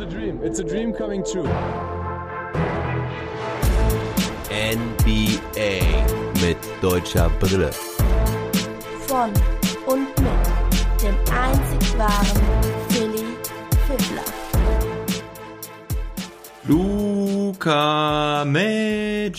a dream. It's a dream coming true. NBA mit deutscher Brille. Von und mit dem einzig wahren Philly Fiddler. Luka Magic.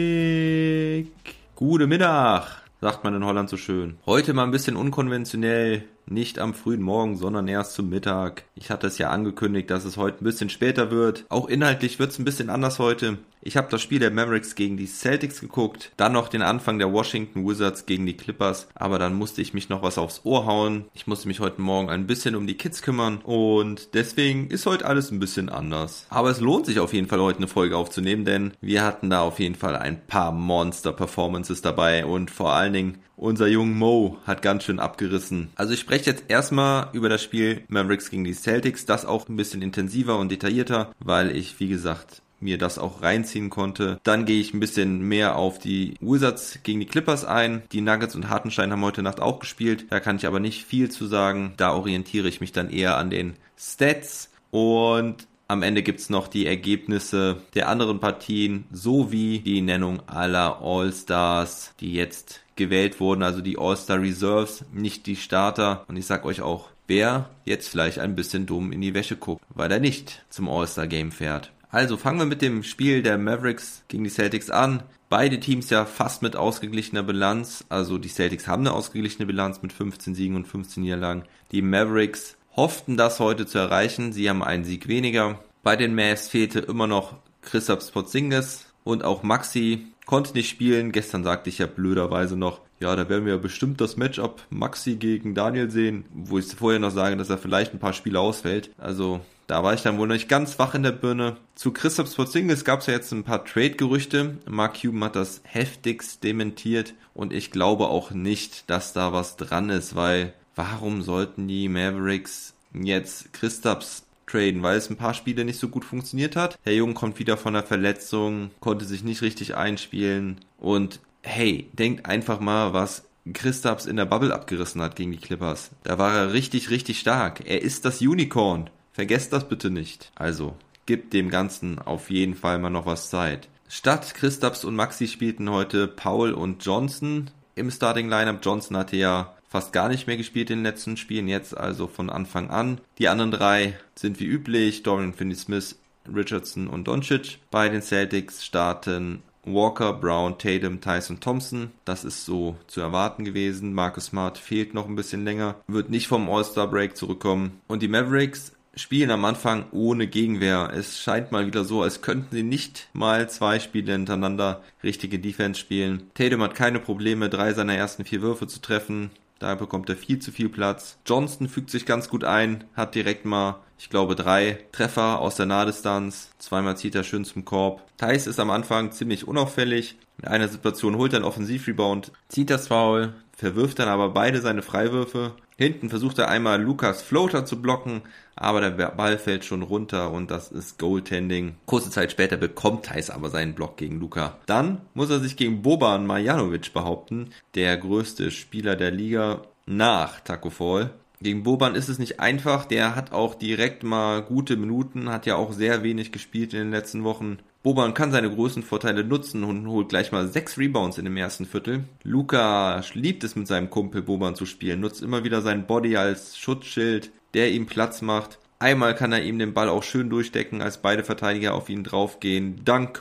Guten Mittag, sagt man in Holland so schön. Heute mal ein bisschen unkonventionell. Nicht am frühen Morgen, sondern erst zum Mittag. Ich hatte es ja angekündigt, dass es heute ein bisschen später wird. Auch inhaltlich wird es ein bisschen anders heute. Ich habe das Spiel der Mavericks gegen die Celtics geguckt, dann noch den Anfang der Washington Wizards gegen die Clippers, aber dann musste ich mich noch was aufs Ohr hauen. Ich musste mich heute Morgen ein bisschen um die Kids kümmern und deswegen ist heute alles ein bisschen anders. Aber es lohnt sich auf jeden Fall heute eine Folge aufzunehmen, denn wir hatten da auf jeden Fall ein paar Monster-Performances dabei und vor allen Dingen unser Jungen Mo hat ganz schön abgerissen. Also ich spreche jetzt erstmal über das Spiel Mavericks gegen die Celtics, das auch ein bisschen intensiver und detaillierter, weil ich, wie gesagt, mir das auch reinziehen konnte. Dann gehe ich ein bisschen mehr auf die Wizards gegen die Clippers ein. Die Nuggets und Hartenstein haben heute Nacht auch gespielt. Da kann ich aber nicht viel zu sagen. Da orientiere ich mich dann eher an den Stats. Und am Ende gibt's noch die Ergebnisse der anderen Partien sowie die Nennung aller All-Stars, die jetzt gewählt wurden. Also die All-Star Reserves, nicht die Starter. Und ich sag euch auch, wer jetzt vielleicht ein bisschen dumm in die Wäsche guckt, weil er nicht zum All-Star-Game fährt. Also fangen wir mit dem Spiel der Mavericks gegen die Celtics an. Beide Teams ja fast mit ausgeglichener Bilanz. Also die Celtics haben eine ausgeglichene Bilanz mit 15 Siegen und 15 Niederlagen. Die Mavericks hofften das heute zu erreichen. Sie haben einen Sieg weniger. Bei den Mavs fehlte immer noch Kristaps Porzingis und auch Maxi konnte nicht spielen. Gestern sagte ich ja blöderweise noch, ja, da werden wir bestimmt das Matchup Maxi gegen Daniel sehen, wo ich vorher noch sage, dass er vielleicht ein paar Spiele ausfällt. Also da war ich dann wohl noch nicht ganz wach in der Birne. Zu Kristaps Porzingis gab es ja jetzt ein paar Trade-Gerüchte. Mark Cuban hat das heftigst dementiert und ich glaube auch nicht, dass da was dran ist, weil warum sollten die Mavericks jetzt Kristaps traden, weil es ein paar Spiele nicht so gut funktioniert hat. Der Junge kommt wieder von der Verletzung, konnte sich nicht richtig einspielen und hey, denkt einfach mal, was Kristaps in der Bubble abgerissen hat gegen die Clippers. Da war er richtig, richtig stark. Er ist das Unicorn. Vergesst das bitte nicht. Also, gibt dem Ganzen auf jeden Fall mal noch was Zeit. Statt Kristaps und Maxi spielten heute Powell und Johnson im Starting Lineup. Johnson hatte ja fast gar nicht mehr gespielt in den letzten Spielen, jetzt also von Anfang an. Die anderen drei sind wie üblich, Dorian Finney-Smith, Richardson und Doncic. Bei den Celtics starten Walker, Brown, Tatum, Tyson, Thompson. Das ist so zu erwarten gewesen. Marcus Smart fehlt noch ein bisschen länger, wird nicht vom All-Star-Break zurückkommen. Und die Mavericks spielen am Anfang ohne Gegenwehr. Es scheint mal wieder so, als könnten sie nicht mal 2 Spiele hintereinander richtige Defense spielen. Tatum hat keine Probleme, 3 seiner ersten 4 Würfe zu treffen. Da bekommt er viel zu viel Platz. Johnston fügt sich ganz gut ein, hat direkt mal, ich glaube, 3 Treffer aus der Nahdistanz. 2-mal zieht er schön zum Korb. Theis ist am Anfang ziemlich unauffällig. In einer Situation holt er einen Offensivrebound, zieht das Foul, verwirft dann aber beide seine Freiwürfe. Hinten versucht er einmal Lukas Floater zu blocken, aber der Ball fällt schon runter und das ist Goaltending. Kurze Zeit später bekommt Theis aber seinen Block gegen Luka. Dann muss er sich gegen Boban Marjanovic behaupten, der größte Spieler der Liga nach Tacko Fall. Gegen Boban ist es nicht einfach, der hat auch direkt mal gute Minuten, hat ja auch sehr wenig gespielt in den letzten Wochen. Boban kann seine großen Vorteile nutzen und holt gleich mal 6 Rebounds in dem ersten Viertel. Luka liebt es mit seinem Kumpel Boban zu spielen, nutzt immer wieder sein Body als Schutzschild, der ihm Platz macht. Einmal kann er ihm den Ball auch schön durchdecken, als beide Verteidiger auf ihn draufgehen. Dank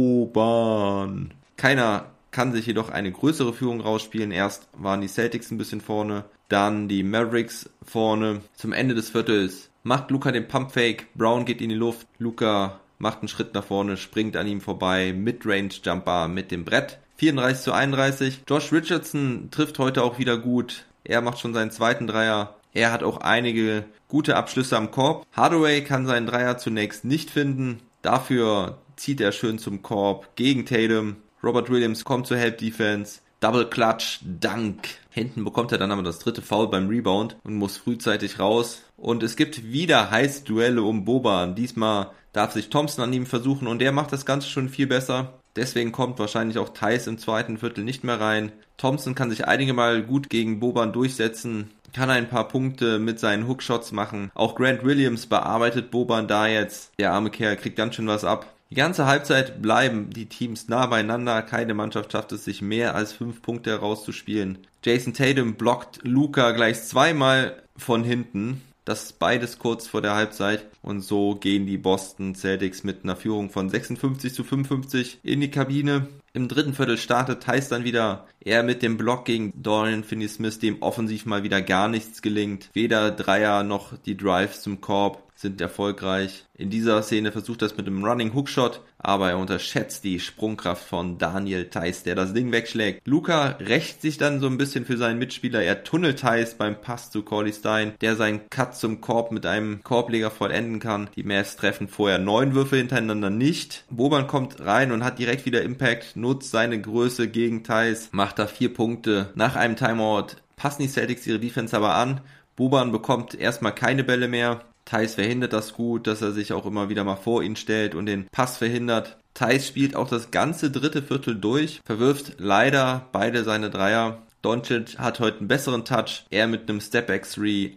Boban. Keiner kann sich jedoch eine größere Führung rausspielen. Erst waren die Celtics ein bisschen vorne, dann die Mavericks vorne. Zum Ende des Viertels macht Luka den Pumpfake, Brown geht in die Luft, Luka macht einen Schritt nach vorne, springt an ihm vorbei, Midrange-Jumper mit dem Brett. 34-31. Josh Richardson trifft heute auch wieder gut. Er macht schon seinen zweiten Dreier. Er hat auch einige gute Abschlüsse am Korb. Hardaway kann seinen Dreier zunächst nicht finden. Dafür zieht er schön zum Korb gegen Tatum. Robert Williams kommt zur Help Defense. Double Clutch, Dunk. Hinten bekommt er dann aber das 3. Foul beim Rebound und muss frühzeitig raus. Und es gibt wieder heiße Duelle um Boban. Diesmal darf sich Thompson an ihm versuchen und der macht das Ganze schon viel besser. Deswegen kommt wahrscheinlich auch Theis im zweiten Viertel nicht mehr rein. Thompson kann sich einige Mal gut gegen Boban durchsetzen. kann ein paar Punkte mit seinen Hookshots machen. Auch Grant Williams bearbeitet Boban da jetzt. Der arme Kerl kriegt ganz schön was ab. Die ganze Halbzeit bleiben die Teams nah beieinander. Keine Mannschaft schafft es, sich mehr als 5 Punkte herauszuspielen. Jason Tatum blockt Luka gleich zweimal von hinten. Das ist beides kurz vor der Halbzeit. Und so gehen die Boston Celtics mit einer Führung von 56-55 in die Kabine. Im dritten Viertel startet Theis dann wieder. Er mit dem Block gegen Dorian Finney-Smith, dem offensiv mal wieder gar nichts gelingt. Weder Dreier noch die Drives zum Korb sind erfolgreich. In dieser Szene versucht er es mit einem Running Hookshot, aber er unterschätzt die Sprungkraft von Daniel Theis, der das Ding wegschlägt. Luka rächt sich dann so ein bisschen für seinen Mitspieler. Er tunnelt Theis beim Pass zu Cauley-Stein, der seinen Cut zum Korb mit einem Korbleger vollenden kann. Die Mavs treffen vorher 9 Würfe hintereinander nicht. Boban kommt rein und hat direkt wieder Impact, nutzt seine Größe gegen Theis, macht da 4 Punkte. Nach einem Timeout passen die Celtics ihre Defense aber an. Boban bekommt erstmal keine Bälle mehr. Theis verhindert das gut, dass er sich auch immer wieder mal vor ihn stellt und den Pass verhindert. Theis spielt auch das ganze dritte Viertel durch, verwirft leider beide seine Dreier. Doncic hat heute einen besseren Touch, er mit einem Stepback-3,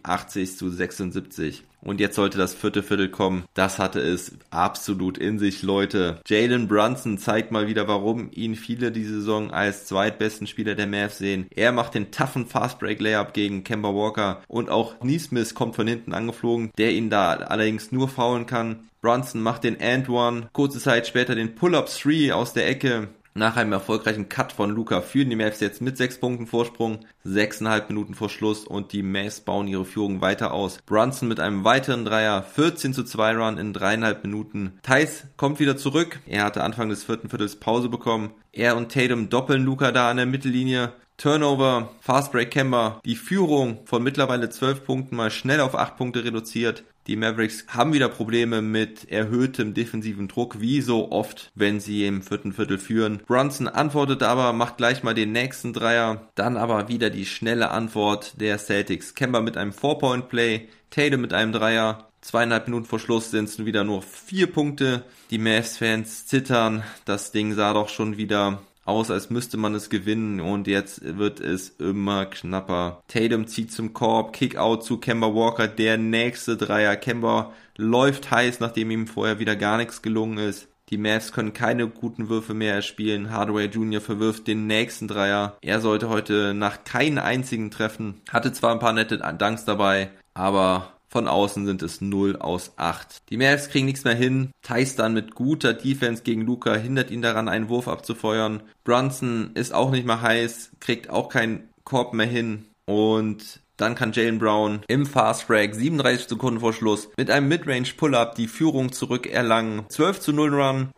80-76. Und jetzt sollte das vierte Viertel kommen. Das hatte es absolut in sich, Leute. Jalen Brunson zeigt mal wieder, warum ihn viele diese Saison als zweitbesten Spieler der Mavs sehen. Er macht den toughen Fast-Break-Layup gegen Kemba Walker. Und auch Nesmith kommt von hinten angeflogen, der ihn da allerdings nur foulen kann. Brunson macht den And-One. Kurze Zeit später den Pull-Up-3 aus der Ecke. Nach einem erfolgreichen Cut von Luka führen die Mavs jetzt mit 6 Punkten Vorsprung, 6,5 Minuten vor Schluss und die Mavs bauen ihre Führung weiter aus. Brunson mit einem weiteren Dreier, 14:2 Run in 3,5 Minuten. Theis kommt wieder zurück, er hatte Anfang des vierten Viertels Pause bekommen. Er und Tatum doppeln Luka da an der Mittellinie. Turnover, Fastbreak Kemba, die Führung von mittlerweile 12 Punkten mal schnell auf 8 Punkte reduziert. Die Mavericks haben wieder Probleme mit erhöhtem defensiven Druck, wie so oft, wenn sie im vierten Viertel führen. Brunson antwortet aber, macht gleich mal den nächsten Dreier. Dann aber wieder die schnelle Antwort der Celtics. Kemba mit einem 4-Point-Play, Tatum mit einem Dreier. 2,5 Minuten vor Schluss sind es wieder nur 4 Punkte. Die Mavs-Fans zittern. Das Ding sah doch schon wieder aus, als müsste man es gewinnen und jetzt wird es immer knapper. Tatum zieht zum Korb, Kickout zu Kemba Walker, der nächste Dreier. Kemba läuft heiß, nachdem ihm vorher wieder gar nichts gelungen ist. Die Mavs können keine guten Würfe mehr erspielen. Hardaway Jr. verwirft den nächsten Dreier. Er sollte heute nach keinen einzigen treffen. Hatte zwar ein paar nette Dunks dabei, aber von außen sind es 0 aus 8. Die Mavs kriegen nichts mehr hin. Theis dann mit guter Defense gegen Luka hindert ihn daran, einen Wurf abzufeuern. Brunson ist auch nicht mehr heiß, kriegt auch keinen Korb mehr hin. Und dann kann Jaylen Brown im Fast Break 37 Sekunden vor Schluss mit einem Midrange Pull-Up die Führung zurück erlangen. 12:0 Run,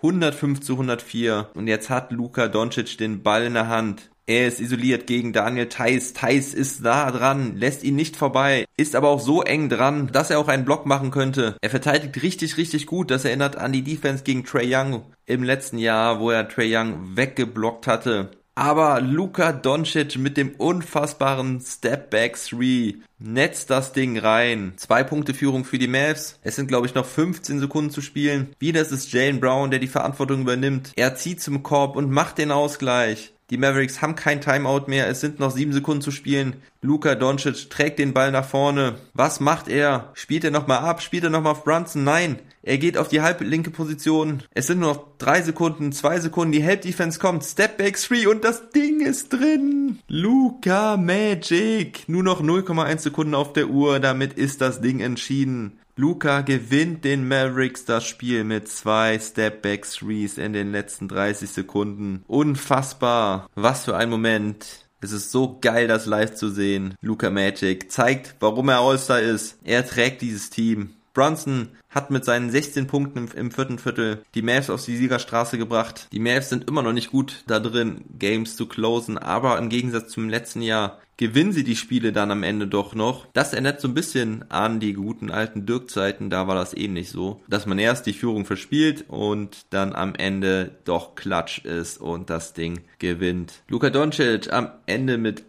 105-104. Und jetzt hat Luka Doncic den Ball in der Hand. Er ist isoliert gegen Daniel Theis. Theis ist nah dran, lässt ihn nicht vorbei, ist aber auch so eng dran, dass er auch einen Block machen könnte. Er verteidigt richtig, richtig gut. Das erinnert an die Defense gegen Trae Young im letzten Jahr, wo er Trae Young weggeblockt hatte. Aber Luka Doncic mit dem unfassbaren Step-Back-3 netzt das Ding rein. 2 Punkte Führung für die Mavs. Es sind, glaube ich, noch 15 Sekunden zu spielen. Wieder ist es Jaylen Brown, der die Verantwortung übernimmt. Er zieht zum Korb und macht den Ausgleich. Die Mavericks haben kein Timeout mehr, es sind noch 7 Sekunden zu spielen. Luka Doncic trägt den Ball nach vorne. Was macht er? Spielt er nochmal ab? Spielt er nochmal auf Brunson? Nein, er geht auf die halblinke Position. Es sind nur noch 3 Sekunden, 2 Sekunden, die Help-Defense kommt. Step-Back 3 und das Ding ist drin. Luka Magic. Nur noch 0,1 Sekunden auf der Uhr, damit ist das Ding entschieden. Luka gewinnt den Mavericks das Spiel mit 2 Step-Back-Threes in den letzten 30 Sekunden. Unfassbar. Was für ein Moment. Es ist so geil, das live zu sehen. Luka Magic zeigt, warum er All-Star ist. Er trägt dieses Team. Brunson hat mit seinen 16 Punkten im vierten Viertel die Mavs auf die Siegerstraße gebracht. Die Mavs sind immer noch nicht gut da drin, Games zu closen, aber im Gegensatz zum letzten Jahr gewinnen sie die Spiele dann am Ende doch noch. Das erinnert so ein bisschen an die guten alten Dirk-Zeiten, da war das ähnlich so, dass man erst die Führung verspielt und dann am Ende doch klatsch ist und das Ding gewinnt. Luka Doncic am Ende mit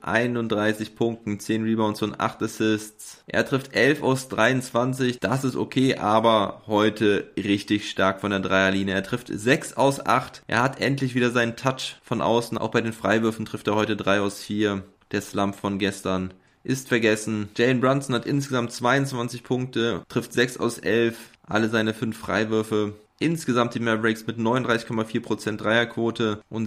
31 Punkten, 10 Rebounds und 8 Assists. Er trifft 11 aus 23, das ist okay, aber heute richtig stark von der Dreierlinie. Er trifft 6 aus 8. Er hat endlich wieder seinen Touch von außen, auch bei den Freiwürfen trifft er heute 3 aus 4. Der Slump von gestern ist vergessen. Jalen Brunson hat insgesamt 22 Punkte, trifft 6 aus 11, alle seine 5 Freiwürfe. Insgesamt die Mavericks mit 39,4% Dreierquote und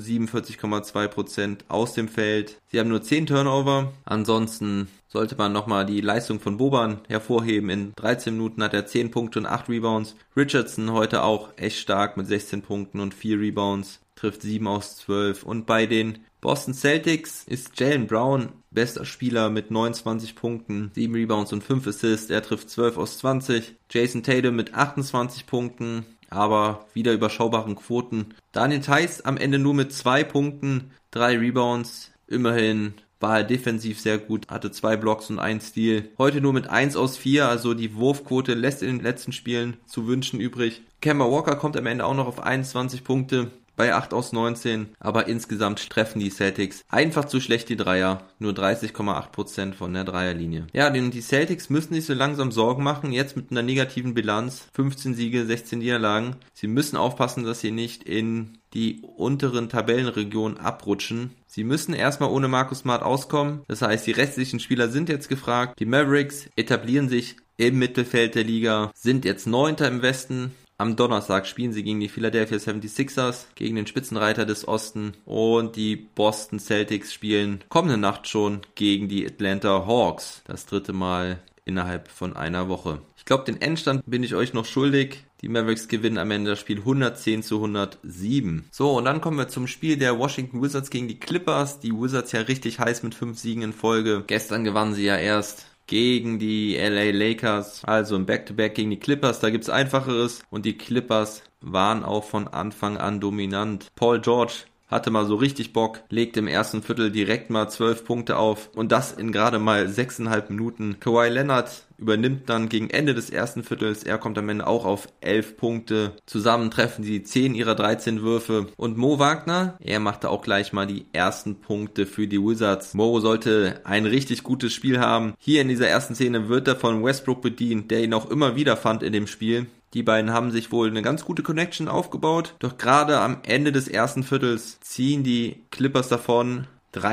47,2% aus dem Feld. Sie haben nur 10 Turnover. Ansonsten sollte man nochmal die Leistung von Boban hervorheben. In 13 Minuten hat er 10 Punkte und 8 Rebounds. Richardson heute auch echt stark mit 16 Punkten und 4 Rebounds. Trifft 7 aus 12. Und bei den Boston Celtics ist Jaylen Brown bester Spieler mit 29 Punkten, 7 Rebounds und 5 Assists. Er trifft 12 aus 20. Jason Tatum mit 28 Punkten, aber wieder überschaubaren Quoten. Daniel Theis am Ende nur mit 2 Punkten, 3 Rebounds. Immerhin war er defensiv sehr gut, hatte 2 Blocks und 1 Steal. Heute nur mit 1 aus 4, also die Wurfquote lässt in den letzten Spielen zu wünschen übrig. Kemba Walker kommt am Ende auch noch auf 21 Punkte. Bei 8 aus 19, aber insgesamt treffen die Celtics einfach zu schlecht die Dreier, nur 30,8% von der Dreierlinie. Ja, die Celtics müssen sich so langsam Sorgen machen, jetzt mit einer negativen Bilanz, 15 Siege, 16 Niederlagen. Sie müssen aufpassen, dass sie nicht in die unteren Tabellenregionen abrutschen. Sie müssen erstmal ohne Marcus Smart auskommen, das heißt, die restlichen Spieler sind jetzt gefragt. Die Mavericks etablieren sich im Mittelfeld der Liga, sind jetzt 9. im Westen. Am Donnerstag spielen sie gegen die Philadelphia 76ers, gegen den Spitzenreiter des Osten, und die Boston Celtics spielen kommende Nacht schon gegen die Atlanta Hawks. Das 3. Mal innerhalb von einer Woche. Ich glaube, den Endstand bin ich euch noch schuldig. Die Mavericks gewinnen am Ende das Spiel 110-107. So, und dann kommen wir zum Spiel der Washington Wizards gegen die Clippers. Die Wizards ja richtig heiß mit 5 Siegen in Folge. Gestern gewannen sie ja erst gegen die LA Lakers, also im Back-to-Back gegen die Clippers, da gibt's Einfacheres, und die Clippers waren auch von Anfang an dominant. Paul George hatte mal so richtig Bock, legte im ersten Viertel direkt mal 12 Punkte auf und das in gerade mal 6,5 Minuten. Kawhi Leonard übernimmt dann gegen Ende des ersten Viertels, er kommt am Ende auch auf 11 Punkte. Zusammen treffen sie 10 ihrer 13 Würfe. Und Mo Wagner, er machte auch gleich mal die ersten Punkte für die Wizards. Mo sollte ein richtig gutes Spiel haben. Hier in dieser ersten Szene wird er von Westbrook bedient, der ihn auch immer wieder fand in dem Spiel. Die beiden haben sich wohl eine ganz gute Connection aufgebaut. Doch gerade am Ende des ersten Viertels ziehen die Clippers davon.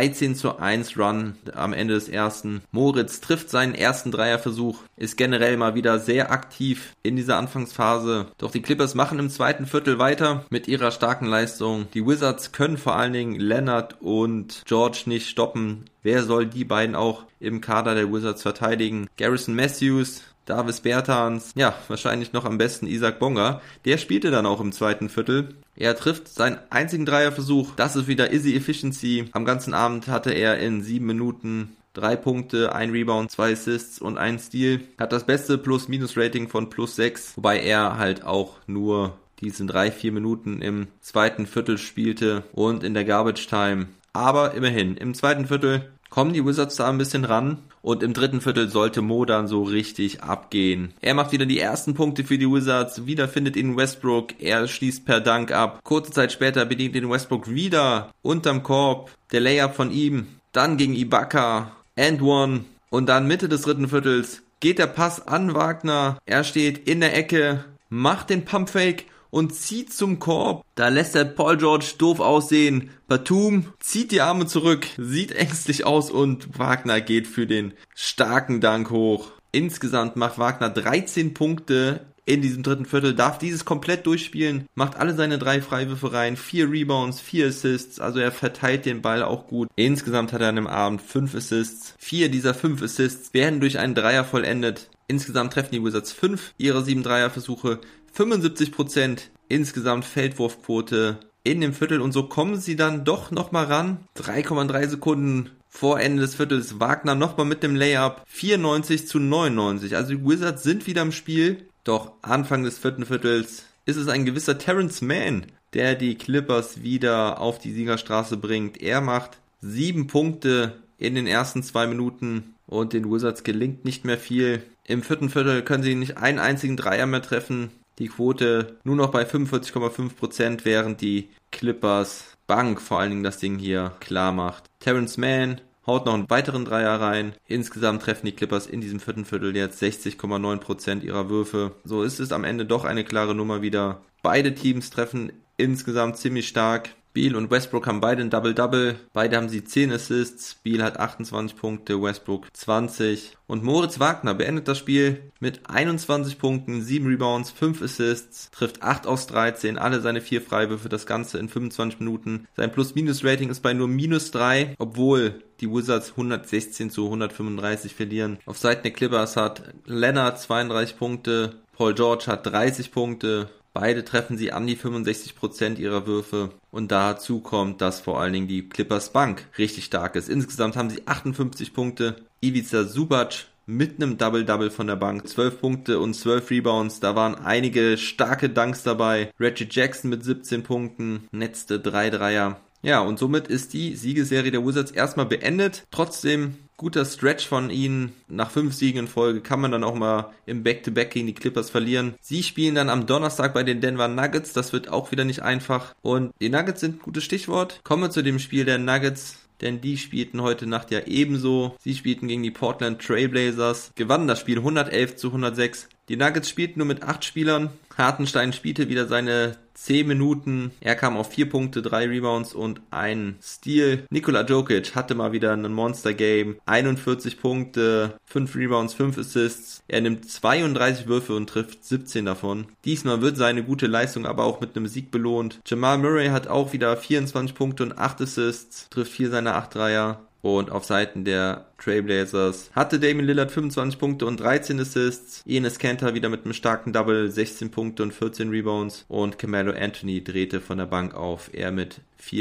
13-1 Run am Ende des ersten. Moritz trifft seinen ersten Dreierversuch, ist generell mal wieder sehr aktiv in dieser Anfangsphase. Doch die Clippers machen im zweiten Viertel weiter mit ihrer starken Leistung. Die Wizards können vor allen Dingen Leonard und George nicht stoppen. Wer soll die beiden auch im Kader der Wizards verteidigen? Garrison Matthews, Davis Bertans, ja, wahrscheinlich noch am besten Isaac Bonga. Der spielte dann auch im zweiten Viertel. Er trifft seinen einzigen Dreierversuch. Das ist wieder Easy Efficiency. Am ganzen Abend hatte er in 7 Minuten 3 Punkte, 1 Rebound, 2 Assists und 1 Steal. Hat das beste Plus-Minus-Rating von +6, wobei er halt auch nur diesen 3-4 Minuten im zweiten Viertel spielte und in der Garbage Time. Aber immerhin, im zweiten Viertel kommen die Wizards da ein bisschen ran und im dritten Viertel sollte Mo dann so richtig abgehen. Er macht wieder die ersten Punkte für die Wizards, wieder findet ihn Westbrook, er schließt per Dunk ab. Kurze Zeit später bedient ihn Westbrook wieder unterm Korb, der Layup von ihm, dann gegen Ibaka, and one, und dann Mitte des dritten Viertels geht der Pass an Wagner, er steht in der Ecke, macht den Pumpfake und zieht zum Korb. Da lässt er Paul George doof aussehen. Batum zieht die Arme zurück, sieht ängstlich aus und Wagner geht für den starken Dank hoch. Insgesamt macht Wagner 13 Punkte in diesem dritten Viertel, darf dieses komplett durchspielen, macht alle seine 3 Freiwürfe rein, 4 Rebounds, 4 Assists, also er verteilt den Ball auch gut. Insgesamt hat er an dem Abend 5 Assists. 4 dieser 5 Assists werden durch einen Dreier vollendet. Insgesamt treffen die Wizards 5 ihrer 7 Dreierversuche, 75% insgesamt Feldwurfquote in dem Viertel, und so kommen sie dann doch nochmal ran. 3,3 Sekunden vor Ende des Viertels Wagner nochmal mit dem Layup, 94-99. Also die Wizards sind wieder im Spiel, doch Anfang des vierten Viertels ist es ein gewisser Terrence Mann, der die Clippers wieder auf die Siegerstraße bringt. Er macht 7 Punkte in den ersten 2 Minuten und den Wizards gelingt nicht mehr viel. Im vierten Viertel können sie nicht einen einzigen Dreier mehr treffen. Die Quote nur noch bei 45,5%, während die Clippers Bank vor allen Dingen das Ding hier klar macht. Terrence Mann haut noch einen weiteren Dreier rein. Insgesamt treffen die Clippers in diesem vierten Viertel jetzt 60,9% ihrer Würfe. So ist es am Ende doch eine klare Nummer wieder. Beide Teams treffen insgesamt ziemlich stark. Beal und Westbrook haben beide ein Double-Double. Beide haben sie 10 Assists. Beal hat 28 Punkte, Westbrook 20. Und Moritz Wagner beendet das Spiel mit 21 Punkten, 7 Rebounds, 5 Assists, trifft 8 aus 13, alle seine 4 Freiwürfe, das Ganze in 25 Minuten. Sein Plus-Minus-Rating ist bei nur -3, obwohl die Wizards 116-135 verlieren. Auf Seiten der Clippers hat Leonard 32 Punkte, Paul George hat 30 Punkte. Beide treffen sie an die 65% ihrer Würfe. Und dazu kommt, dass vor allen Dingen die Clippers Bank richtig stark ist. Insgesamt haben sie 58 Punkte. Ivica Zubac mit einem Double-Double von der Bank. 12 Punkte und 12 Rebounds. Da waren einige starke Dunks dabei. Reggie Jackson mit 17 Punkten. Netzte 3 Dreier. Ja, und somit ist die Siegesserie der Wizards erstmal beendet. Trotzdem guter Stretch von ihnen. Nach 5 Siegen in Folge kann man dann auch mal im Back-to-Back gegen die Clippers verlieren. Sie spielen dann am Donnerstag bei den Denver Nuggets. Das wird auch wieder nicht einfach. Und die Nuggets sind ein gutes Stichwort. Kommen wir zu dem Spiel der Nuggets. Denn die spielten heute Nacht ja ebenso. Sie spielten gegen die Portland Trail Blazers. Gewannen das Spiel 111-106. Die Nuggets spielten nur mit 8 Spielern. Hartenstein spielte wieder seine 10 Minuten. Er kam auf 4 Punkte, 3 Rebounds und einen Steal. Nikola Jokic hatte mal wieder ein Monster-Game. 41 Punkte, 5 Rebounds, 5 Assists. Er nimmt 32 Würfe und trifft 17 davon. Diesmal wird seine gute Leistung aber auch mit einem Sieg belohnt. Jamal Murray hat auch wieder 24 Punkte und 8 Assists. Trifft 4 seiner 8 Dreier. Und auf Seiten der Trailblazers hatte Damian Lillard 25 Punkte und 13 Assists. Enes Kanter wieder mit einem starken Double, 16 Punkte und 14 Rebounds. Und Carmelo Anthony drehte von der Bank auf, er mit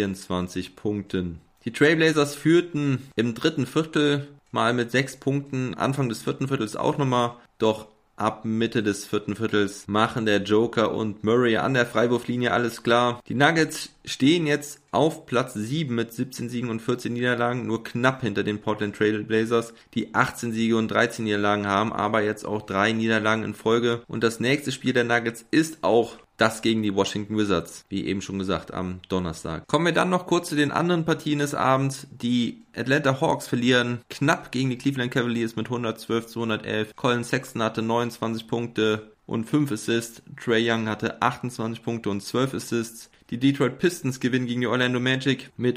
24 Punkten. Die Trailblazers führten im dritten Viertel mal mit 6 Punkten, Anfang des vierten Viertels auch nochmal, doch ab Mitte des vierten Viertels machen der Joker und Murray an der Freiwurflinie alles klar. Die Nuggets stehen jetzt auf Platz 7 mit 17 Siegen und 14 Niederlagen, nur knapp hinter den Portland Trail Blazers, die 18 Siege und 13 Niederlagen haben, aber jetzt auch 3 Niederlagen in Folge. Und das nächste Spiel der Nuggets ist auch das gegen die Washington Wizards, wie eben schon gesagt, am Donnerstag. Kommen wir dann noch kurz zu den anderen Partien des Abends. Die Atlanta Hawks verlieren knapp gegen die Cleveland Cavaliers mit 112-111. Colin Sexton hatte 29 Punkte und 5 Assists. Trae Young hatte 28 Punkte und 12 Assists. Die Detroit Pistons gewinnen gegen die Orlando Magic mit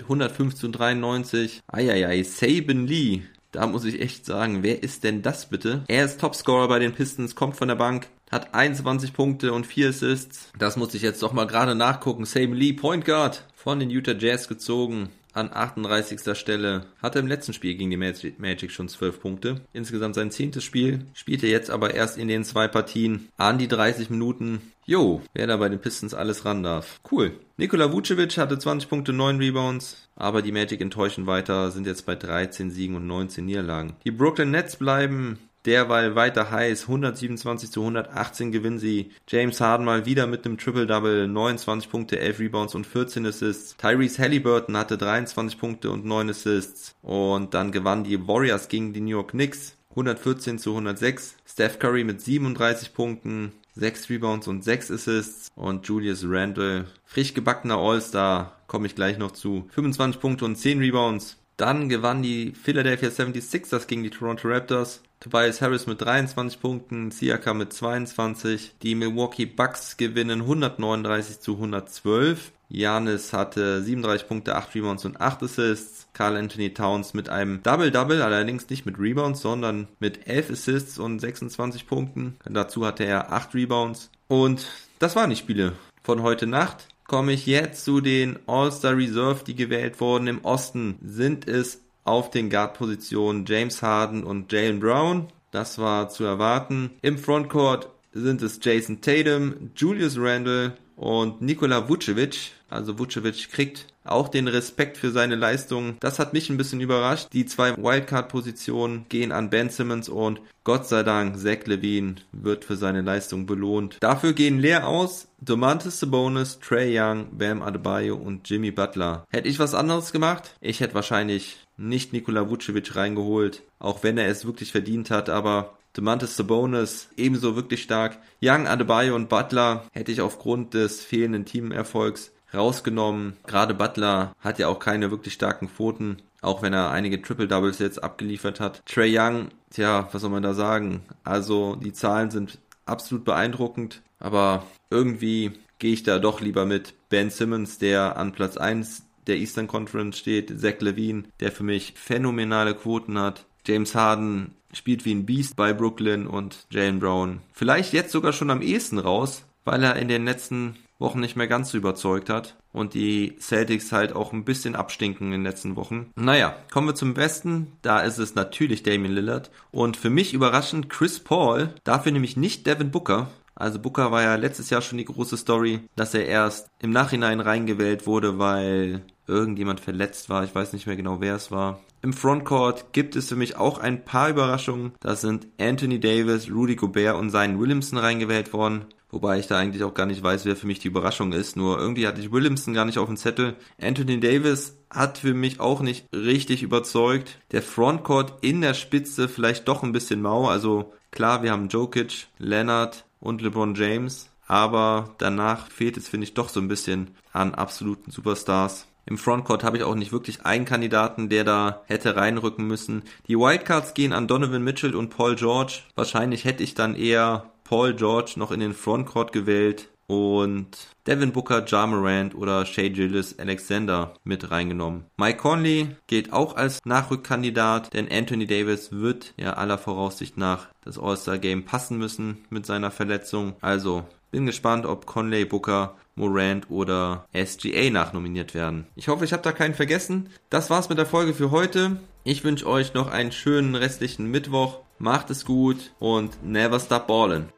105-93. Eieiei, Saben Lee. Da muss ich echt sagen, wer ist denn das bitte? Er ist Topscorer bei den Pistons, kommt von der Bank, hat 21 Punkte und 4 Assists. Das muss ich jetzt doch mal gerade nachgucken. Saben Lee, Point Guard, von den Utah Jazz gezogen, an 38. Stelle. Hatte im letzten Spiel gegen die Magic schon 12 Punkte. Insgesamt sein 10. Spiel. Spielte jetzt aber erst in den 2 Partien an die 30 Minuten. Jo, wer da bei den Pistons alles ran darf. Cool. Nikola Vucevic hatte 20 Punkte, 9 Rebounds. Aber die Magic enttäuschen weiter, sind jetzt bei 13 Siegen und 19 Niederlagen. Die Brooklyn Nets bleiben derweil weiter heiß. 127-118 gewinnen sie. James Harden mal wieder mit einem Triple-Double. 29 Punkte, 11 Rebounds und 14 Assists. Tyrese Halliburton hatte 23 Punkte und 9 Assists. Und dann gewannen die Warriors gegen die New York Knicks. 114-106. Steph Curry mit 37 Punkten, 6 Rebounds und 6 Assists. Und Julius Randle, frisch gebackener All-Star, komme ich gleich noch zu. 25 Punkte und 10 Rebounds. Dann gewannen die Philadelphia 76ers gegen die Toronto Raptors. Tobias Harris mit 23 Punkten, Siakam mit 22. Die Milwaukee Bucks gewinnen 139-112. Giannis hatte 37 Punkte, 8 Rebounds und 8 Assists. Karl Anthony Towns mit einem Double-Double, allerdings nicht mit Rebounds, sondern mit 11 Assists und 26 Punkten. Dazu hatte er 8 Rebounds. Und das waren die Spiele von heute Nacht. Komme ich jetzt zu den All-Star Reserve, die gewählt wurden. Im Osten sind es auf den Guard-Positionen James Harden und Jaylen Brown. Das war zu erwarten. Im Frontcourt sind es Jason Tatum, Julius Randle und Nikola Vucevic. Also Vucevic kriegt auch den Respekt für seine Leistung. Das hat mich ein bisschen überrascht. Die 2 Wildcard-Positionen gehen an Ben Simmons und Gott sei Dank Zach LaVine wird für seine Leistung belohnt. Dafür gehen leer aus Domantas Sabonis, Trae Young, Bam Adebayo und Jimmy Butler. Hätte ich was anderes gemacht? Ich hätte wahrscheinlich nicht Nikola Vucevic reingeholt, auch wenn er es wirklich verdient hat, aber Domantas Sabonis ebenso wirklich stark. Young, Adebayo und Butler hätte ich aufgrund des fehlenden Teamerfolgs rausgenommen. Gerade Butler hat ja auch keine wirklich starken Quoten, auch wenn er einige Triple-Doubles jetzt abgeliefert hat. Trae Young, tja, was soll man da sagen? Also die Zahlen sind absolut beeindruckend, aber irgendwie gehe ich da doch lieber mit Ben Simmons, der an Platz 1 der Eastern Conference steht, Zach LaVine, der für mich phänomenale Quoten hat, James Harden spielt wie ein Biest bei Brooklyn und Jaylen Brown vielleicht jetzt sogar schon am ehesten raus, weil er in den letzten Wochen nicht mehr ganz so überzeugt hat und die Celtics halt auch ein bisschen abstinken in den letzten Wochen. Naja, kommen wir zum Westen. Da ist es natürlich Damian Lillard und für mich überraschend Chris Paul, dafür nämlich nicht Devin Booker. Also Booker war ja letztes Jahr schon die große Story, dass er erst im Nachhinein reingewählt wurde, weil irgendjemand verletzt war. Ich weiß nicht mehr genau, wer es war. Im Frontcourt gibt es für mich auch ein paar Überraschungen. Da sind Anthony Davis, Rudy Gobert und Zion Williamson reingewählt worden. Wobei ich da eigentlich auch gar nicht weiß, wer für mich die Überraschung ist. Nur irgendwie hatte ich Williamson gar nicht auf dem Zettel. Anthony Davis hat für mich auch nicht richtig überzeugt. Der Frontcourt in der Spitze vielleicht doch ein bisschen mau. Also klar, wir haben Jokic, Leonard und LeBron James. Aber danach fehlt es, finde ich, doch so ein bisschen an absoluten Superstars. Im Frontcourt habe ich auch nicht wirklich einen Kandidaten, der da hätte reinrücken müssen. Die Wildcards gehen an Donovan Mitchell und Paul George. Wahrscheinlich hätte ich dann eher Paul George noch in den Frontcourt gewählt und Devin Booker, Ja Morant oder Shai Gilgeous-Alexander mit reingenommen. Mike Conley geht auch als Nachrückkandidat, denn Anthony Davis wird ja aller Voraussicht nach das All-Star-Game passen müssen mit seiner Verletzung. Also bin gespannt, ob Conley, Booker, Morant oder SGA nachnominiert werden. Ich hoffe, ich habe da keinen vergessen. Das war's mit der Folge für heute. Ich wünsche euch noch einen schönen restlichen Mittwoch. Macht es gut und never stop ballin'.